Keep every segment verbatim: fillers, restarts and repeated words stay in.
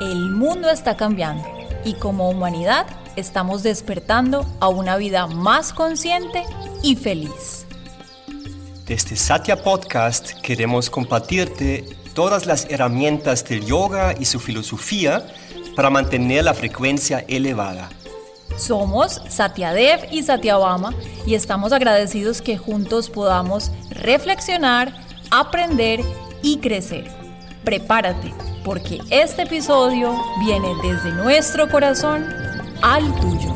El mundo está cambiando y como humanidad estamos despertando a una vida más consciente y feliz. Desde Satya Podcast queremos compartirte todas las herramientas del yoga y su filosofía para mantener la frecuencia elevada. Somos Satyadev y Satyabama y estamos agradecidos que juntos podamos reflexionar, aprender y crecer. Prepárate, porque este episodio viene desde nuestro corazón al tuyo.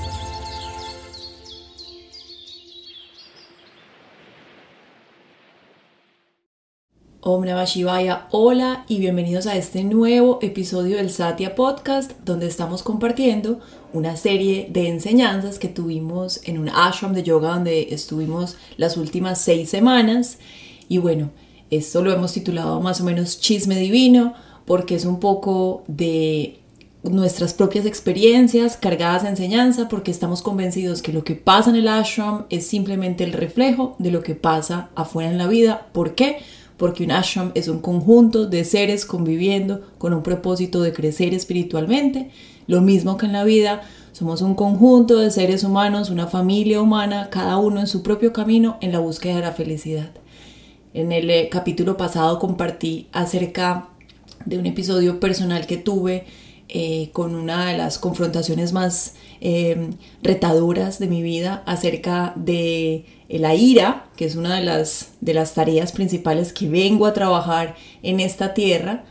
Om Namah Shivaya, hola y bienvenidos a este nuevo episodio del Satya Podcast, donde estamos compartiendo una serie de enseñanzas que tuvimos en un ashram de yoga donde estuvimos las últimas seis semanas. Y bueno, esto lo hemos titulado más o menos Chisme Divino, porque es un poco de nuestras propias experiencias cargadas de enseñanza, porque estamos convencidos que lo que pasa en el ashram es simplemente el reflejo de lo que pasa afuera en la vida. ¿Por qué? Porque un ashram es un conjunto de seres conviviendo con un propósito de crecer espiritualmente. Lo mismo que en la vida, somos un conjunto de seres humanos, una familia humana, cada uno en su propio camino en la búsqueda de la felicidad. En el eh, capítulo pasado compartí acerca de un episodio personal que tuve eh, con una de las confrontaciones más eh, retadoras de mi vida acerca de la ira, que es una de las, de las tareas principales que vengo a trabajar en esta tierra.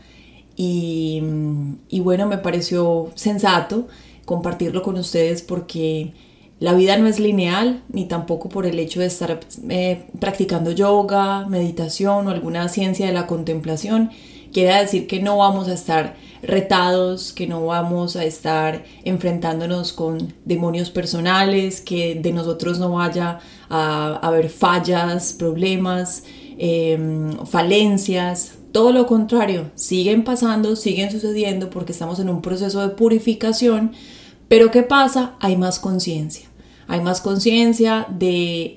Y, y bueno, me pareció sensato compartirlo con ustedes porque la vida no es lineal, ni tampoco por el hecho de estar eh, practicando yoga, meditación o alguna ciencia de la contemplación. Quiere decir que no vamos a estar retados, que no vamos a estar enfrentándonos con demonios personales, que de nosotros no vaya a haber fallas, problemas, eh, falencias. Todo lo contrario, siguen pasando, siguen sucediendo porque estamos en un proceso de purificación. Pero ¿qué pasa? Hay más conciencia. Hay más conciencia de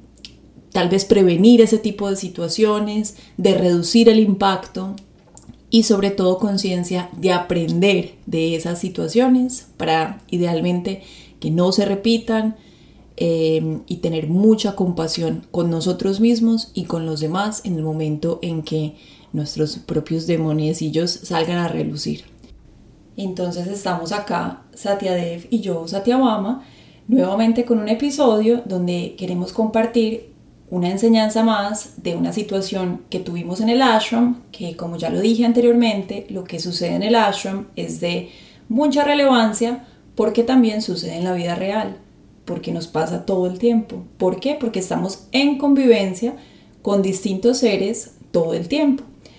tal vez prevenir ese tipo de situaciones, de reducir el impacto y sobre todo conciencia de aprender de esas situaciones para idealmente que no se repitan eh, y tener mucha compasión con nosotros mismos y con los demás en el momento en que nuestros propios demoniecillos salgan a relucir. Entonces estamos acá, Satyadev y yo, Satyabama, nuevamente con un episodio donde queremos compartir una enseñanza más de una situación que tuvimos en el ashram, que como ya lo dije anteriormente, lo que sucede en el ashram es de mucha relevancia porque también sucede en la vida real, porque nos pasa todo el tiempo. ¿Por qué? Porque estamos en convivencia con distintos seres todo el tiempo.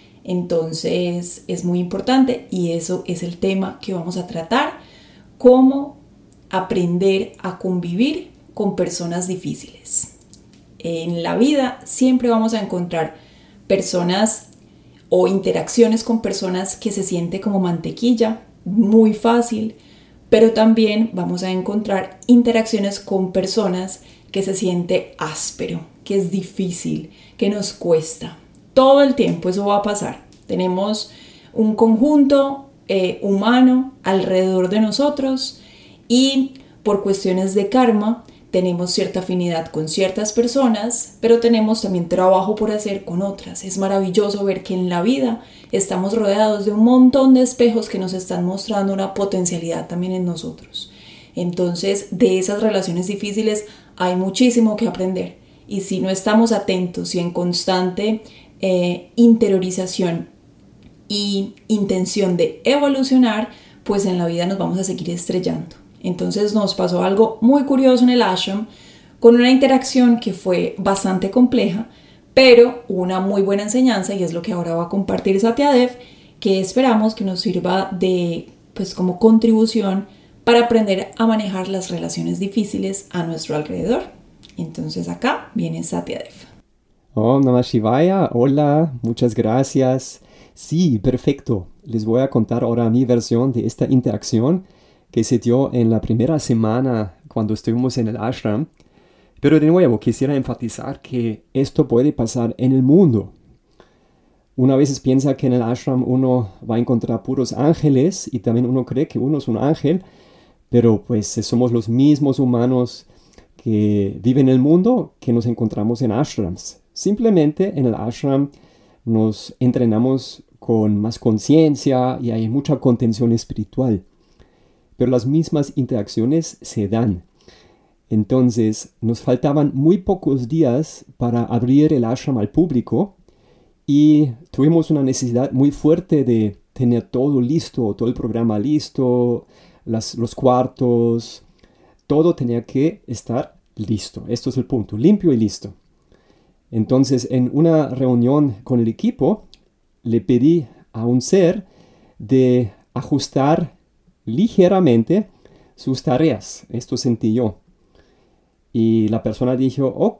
Entonces es muy importante y eso es el tema que vamos a tratar, cómo aprender a convivir con personas difíciles. En la vida siempre vamos a encontrar personas o interacciones con personas que se siente como mantequilla, muy fácil, pero también vamos a encontrar interacciones con personas que se siente áspero, que es difícil, que nos cuesta. Todo el tiempo eso va a pasar. Tenemos un conjunto eh, humano alrededor de nosotros y por cuestiones de karma tenemos cierta afinidad con ciertas personas, pero tenemos también trabajo por hacer con otras. Es maravilloso ver que en la vida estamos rodeados de un montón de espejos que nos están mostrando una potencialidad también en nosotros. Entonces, de esas relaciones difíciles hay muchísimo que aprender. Y si no estamos atentos y en constante eh, interiorización y intención de evolucionar, pues en la vida nos vamos a seguir estrellando. Entonces nos pasó algo muy curioso en el ashram con una interacción que fue bastante compleja, pero una muy buena enseñanza y es lo que ahora va a compartir Satyadev, que esperamos que nos sirva de, pues, como contribución para aprender a manejar las relaciones difíciles a nuestro alrededor. Entonces acá viene Satyadev. Om Namah Shivaya, hola, muchas gracias. Sí, perfecto. Les voy a contar ahora mi versión de esta interacción que se dio en la primera semana cuando estuvimos en el ashram. Pero de nuevo, quisiera enfatizar que esto puede pasar en el mundo. Una vez piensa que en el ashram uno va a encontrar puros ángeles y también uno cree que uno es un ángel, pero pues somos los mismos humanos que viven en el mundo que nos encontramos en ashrams. Simplemente en el ashram nos entrenamos con más conciencia y hay mucha contención espiritual. Pero las mismas interacciones se dan. Entonces nos faltaban muy pocos días para abrir el ashram al público y tuvimos una necesidad muy fuerte de tener todo listo, todo el programa listo, las, los cuartos, todo tenía que estar listo. Esto es el punto, limpio y listo. Entonces, en una reunión con el equipo, le pedí a un ser de ajustar ligeramente sus tareas. Esto sentí yo. Y la persona dijo, ok,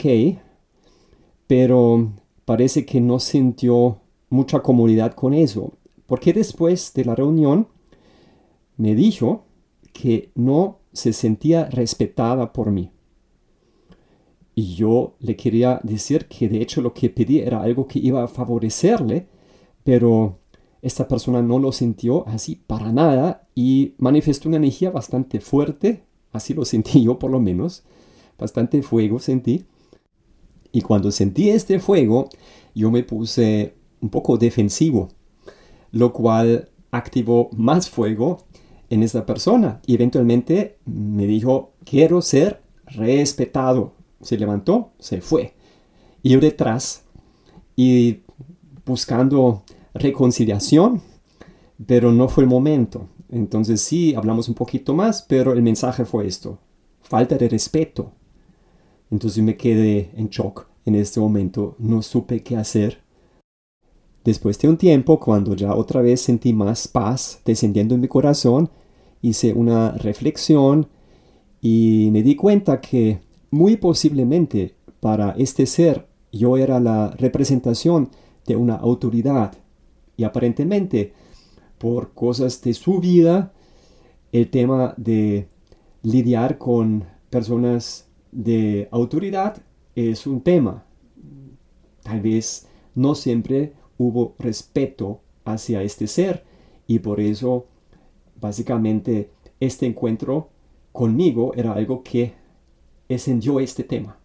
pero parece que no sintió mucha comodidad con eso. Porque después de la reunión me dijo que no se sentía respetada por mí. Y yo le quería decir que de hecho lo que pedí era algo que iba a favorecerle, pero esta persona no lo sintió así para nada y manifestó una energía bastante fuerte, así lo sentí yo por lo menos, bastante fuego sentí. Y cuando sentí este fuego, yo me puse un poco defensivo, lo cual activó más fuego en esta persona y eventualmente me dijo, quiero ser respetado. Se levantó, se fue. Y yo detrás y buscando reconciliación, pero no fue el momento. Entonces sí, hablamos un poquito más, pero el mensaje fue esto, falta de respeto. Entonces me quedé en shock en este momento, no supe qué hacer. Después de un tiempo, cuando ya otra vez sentí más paz descendiendo en mi corazón, hice una reflexión y me di cuenta que muy posiblemente para este ser yo era la representación de una autoridad y aparentemente por cosas de su vida el tema de lidiar con personas de autoridad es un tema. Tal vez no siempre hubo respeto hacia este ser y por eso básicamente este encuentro conmigo era algo que encendió este tema.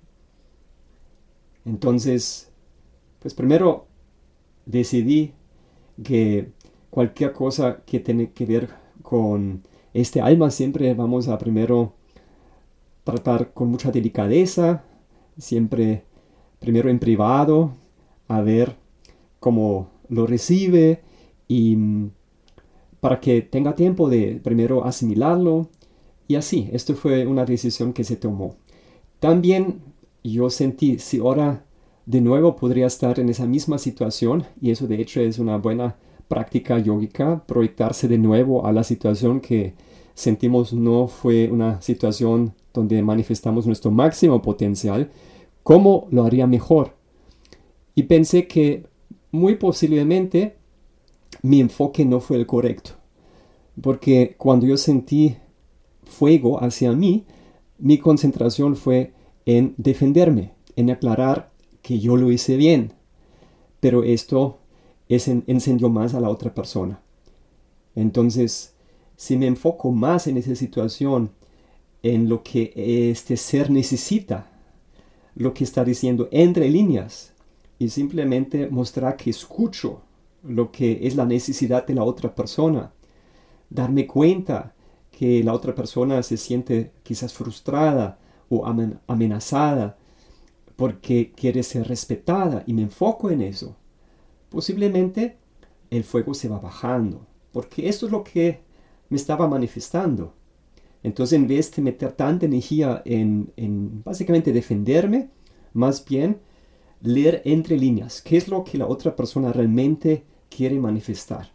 Entonces, pues primero decidí que cualquier cosa que tiene que ver con este alma siempre vamos a primero tratar con mucha delicadeza, siempre primero en privado, a ver cómo lo recibe y para que tenga tiempo de primero asimilarlo y así, esto fue una decisión que se tomó. También yo sentí, si ahora de nuevo podría estar en esa misma situación, y eso de hecho es una buena práctica yógica, proyectarse de nuevo a la situación que sentimos no fue una situación donde manifestamos nuestro máximo potencial, ¿cómo lo haría mejor? Y pensé que muy posiblemente mi enfoque no fue el correcto, porque cuando yo sentí fuego hacia mí, mi concentración fue en defenderme, en aclarar que yo lo hice bien, pero esto es en, encendió más a la otra persona. Entonces, si me enfoco más en esa situación, en lo que este ser necesita, lo que está diciendo entre líneas, y simplemente mostrar que escucho lo que es la necesidad de la otra persona, darme cuenta que la otra persona se siente quizás frustrada o amenazada porque quiere ser respetada y me enfoco en eso, posiblemente el fuego se va bajando, porque esto es lo que me estaba manifestando. Entonces, en vez de meter tanta energía en, en básicamente defenderme, más bien leer entre líneas qué es lo que la otra persona realmente quiere manifestar.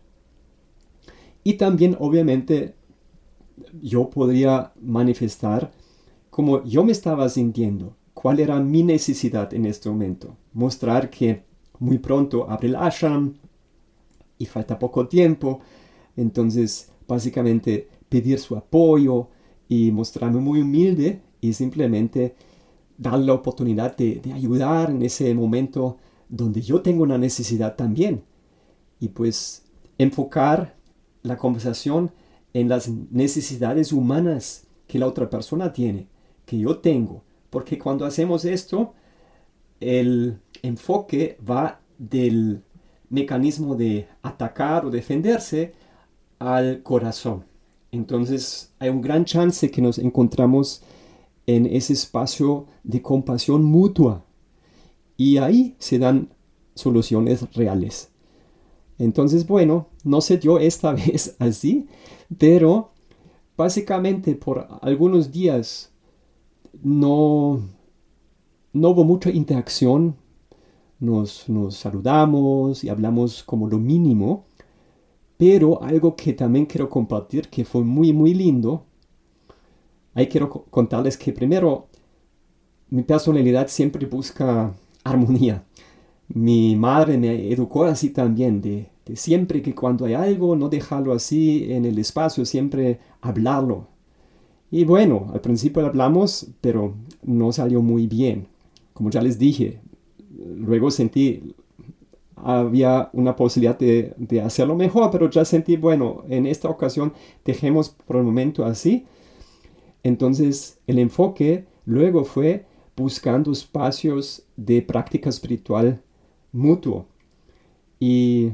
Y también, obviamente, yo podría manifestar como yo me estaba sintiendo, cuál era mi necesidad en este momento. Mostrar que muy pronto abre el ashram y falta poco tiempo, entonces básicamente pedir su apoyo y mostrarme muy humilde y simplemente dar la oportunidad de, de ayudar en ese momento donde yo tengo una necesidad también. y pues enfocar la conversación en las necesidades humanas que la otra persona tiene, que yo tengo. Porque cuando hacemos esto, el enfoque va del mecanismo de atacar o defenderse al corazón. Entonces hay un gran chance que nos encontramos en ese espacio de compasión mutua. Y ahí se dan soluciones reales. Entonces, bueno, no se dio esta vez así, pero básicamente por algunos días no, no hubo mucha interacción. Nos, nos saludamos y hablamos como lo mínimo. Pero algo que también quiero compartir, que fue muy, muy lindo. Ahí quiero contarles que primero, mi personalidad siempre busca armonía. Mi madre me educó así también, de, de siempre que cuando hay algo, no dejarlo así en el espacio, siempre hablarlo. Y bueno, al principio hablamos, pero no salió muy bien. Como ya les dije, luego sentí, había una posibilidad de, de hacerlo mejor, pero ya sentí, bueno, en esta ocasión dejemos por el momento así. Entonces el enfoque luego fue buscando espacios de práctica espiritual mutuo. Y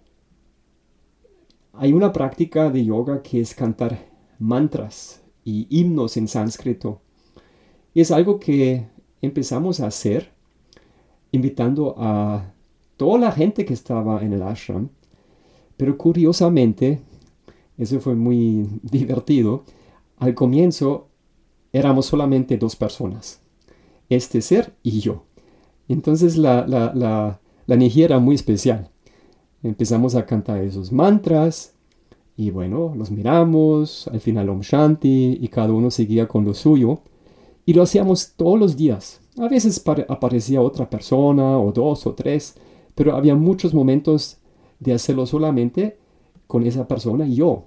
hay una práctica de yoga que es cantar mantras y himnos en sánscrito. Y es algo que empezamos a hacer, invitando a toda la gente que estaba en el ashram. Pero curiosamente, eso fue muy divertido, al comienzo éramos solamente dos personas, este ser y yo. Entonces la, la, la, la energía era muy especial. Empezamos a cantar esos mantras y bueno, los miramos, al final Om Shanti y cada uno seguía con lo suyo. Y lo hacíamos todos los días. A veces aparecía otra persona o dos o tres, pero había muchos momentos de hacerlo solamente con esa persona y yo.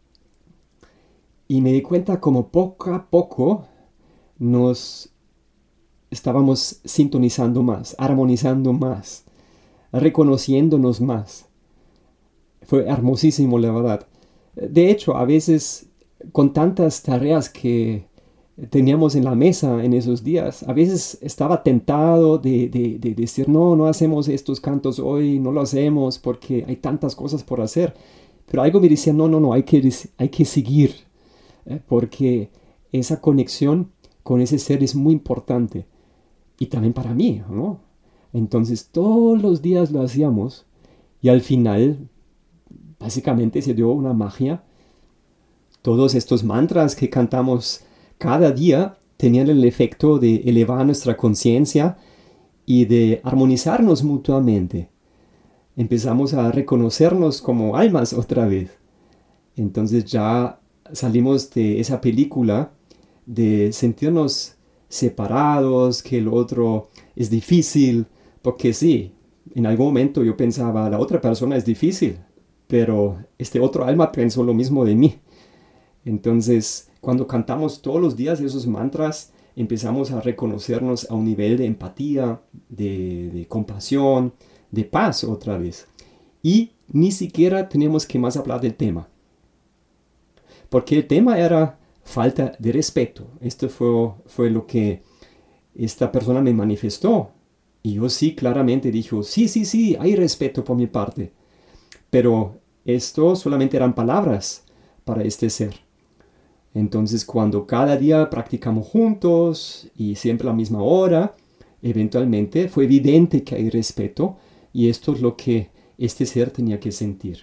Y me di cuenta como poco a poco nos estábamos sintonizando más, armonizando más, reconociéndonos más. Fue hermosísimo, la verdad. De hecho, a veces con tantas tareas que teníamos en la mesa en esos días, a veces estaba tentado de, de, de decir, no, no hacemos estos cantos hoy, no lo hacemos porque hay tantas cosas por hacer. Pero algo me decía, no, no, no, hay que, hay que seguir, ¿eh? Porque esa conexión con ese ser es muy importante. Y también para mí, ¿no? Entonces todos los días lo hacíamos y al final básicamente se dio una magia. Todos estos mantras que cantamos cada día tenían el efecto de elevar nuestra conciencia y de armonizarnos mutuamente. Empezamos a reconocernos como almas otra vez. Entonces ya salimos de esa película de sentirnos separados, que el otro es difícil, porque sí, en algún momento yo pensaba, la otra persona es difícil, pero este otro alma pensó lo mismo de mí. Entonces, cuando cantamos todos los días esos mantras, empezamos a reconocernos a un nivel de empatía, de, de compasión, de paz otra vez. Y ni siquiera teníamos que más hablar del tema. Porque el tema era falta de respeto. Esto fue, fue lo que esta persona me manifestó. Y yo sí claramente dije, sí, sí, sí, hay respeto por mi parte. Pero esto solamente eran palabras para este ser. Entonces cuando cada día practicamos juntos y siempre a la misma hora, eventualmente fue evidente que hay respeto y esto es lo que este ser tenía que sentir.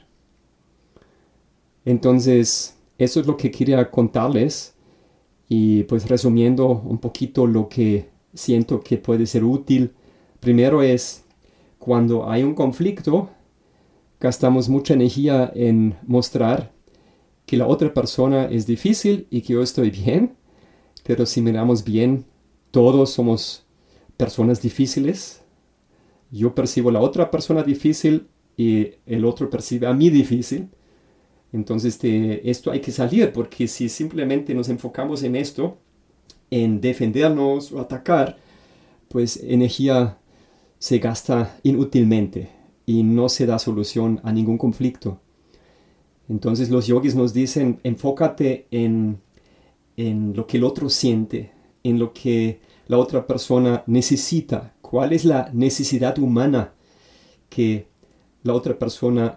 Entonces eso es lo que quería contarles y pues resumiendo un poquito lo que siento que puede ser útil. Primero es cuando hay un conflicto, gastamos mucha energía en mostrar que la otra persona es difícil y que yo estoy bien, pero si miramos bien, todos somos personas difíciles. Yo percibo a la otra persona difícil y el otro percibe a mí difícil. Entonces de esto hay que salir, porque si simplemente nos enfocamos en esto, en defendernos o atacar, pues energía se gasta inútilmente y no se da solución a ningún conflicto. Entonces los yogis nos dicen, enfócate en, en lo que el otro siente, en lo que la otra persona necesita. ¿Cuál es la necesidad humana que la otra persona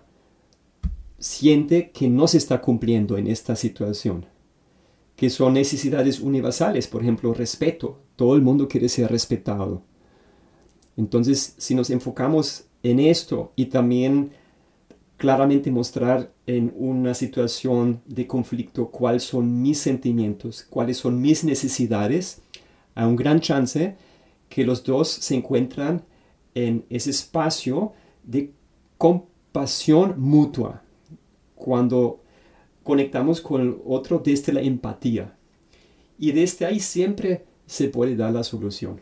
siente que no se está cumpliendo en esta situación? Que son necesidades universales, por ejemplo, respeto. Todo el mundo quiere ser respetado. Entonces, si nos enfocamos en esto y también claramente mostrar en una situación de conflicto cuáles son mis sentimientos, cuáles son mis necesidades, hay un gran chance que los dos se encuentran en ese espacio de compasión mutua, cuando conectamos con el otro desde la empatía. Y desde ahí siempre se puede dar la solución.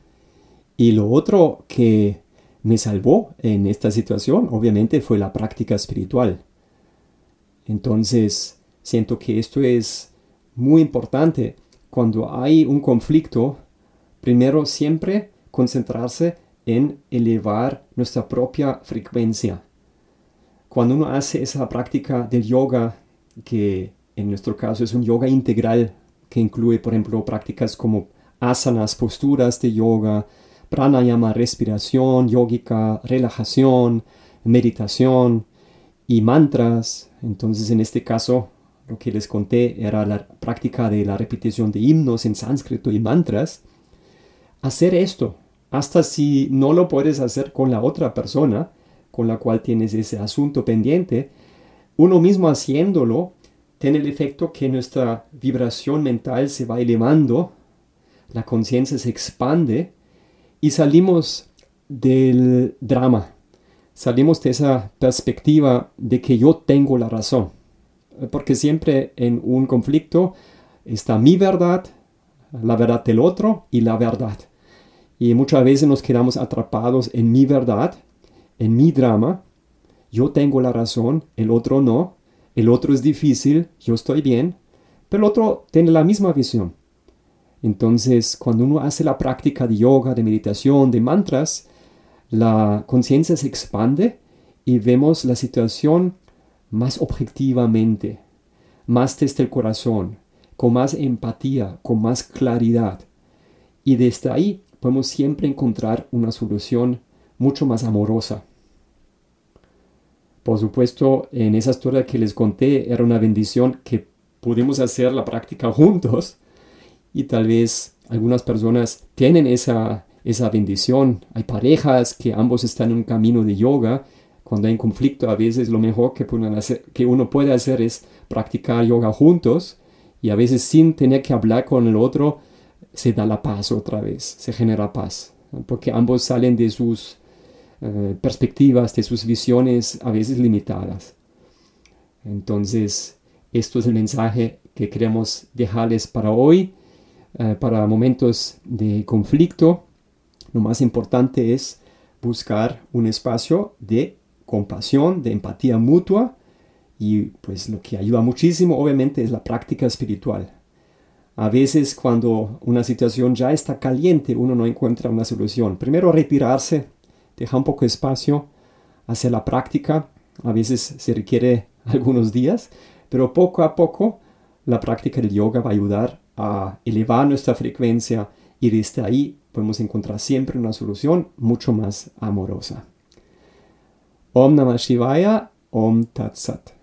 Y lo otro que me salvó en esta situación, obviamente, fue la práctica espiritual. Entonces, siento que esto es muy importante. Cuando hay un conflicto, primero siempre concentrarse en elevar nuestra propia frecuencia. Cuando uno hace esa práctica del yoga, que en nuestro caso es un yoga integral, que incluye, por ejemplo, prácticas como asanas, posturas de yoga, pranayama, respiración yógica, relajación, meditación y mantras. Entonces, en este caso, lo que les conté era la práctica de la repetición de himnos en sánscrito y mantras. Hacer esto, hasta si no lo puedes hacer con la otra persona con la cual tienes ese asunto pendiente, uno mismo haciéndolo tiene el efecto que nuestra vibración mental se va elevando, la conciencia se expande y salimos del drama, salimos de esa perspectiva de que yo tengo la razón. Porque siempre en un conflicto está mi verdad, la verdad del otro y la verdad. Y muchas veces nos quedamos atrapados en mi verdad, en mi drama. Yo tengo la razón, el otro no. El otro es difícil, yo estoy bien. Pero el otro tiene la misma visión. Entonces, cuando uno hace la práctica de yoga, de meditación, de mantras, la conciencia se expande y vemos la situación más objetivamente, más desde el corazón, con más empatía, con más claridad. Y desde ahí podemos siempre encontrar una solución mucho más amorosa. Por supuesto, en esa historia que les conté era una bendición que pudimos hacer la práctica juntos y tal vez algunas personas tienen esa, esa bendición. Hay parejas que ambos están en un camino de yoga. Cuando hay un conflicto, a veces lo mejor que, pueden hacer, que uno puede hacer es practicar yoga juntos y a veces sin tener que hablar con el otro se da la paz otra vez, se genera paz, porque ambos salen de sus eh, perspectivas, de sus visiones a veces limitadas. Entonces, esto es el mensaje que queremos dejarles para hoy, eh, para momentos de conflicto. Lo más importante es buscar un espacio de compasión, de empatía mutua, y pues lo que ayuda muchísimo obviamente es la práctica espiritual. A veces cuando una situación ya está caliente, uno no encuentra una solución. Primero retirarse, dejar un poco de espacio, hacer la práctica. A veces se requiere algunos días, pero poco a poco la práctica del yoga va a ayudar a elevar nuestra frecuencia y desde ahí podemos encontrar siempre una solución mucho más amorosa. Om Namah Shivaya, Om Tat Sat.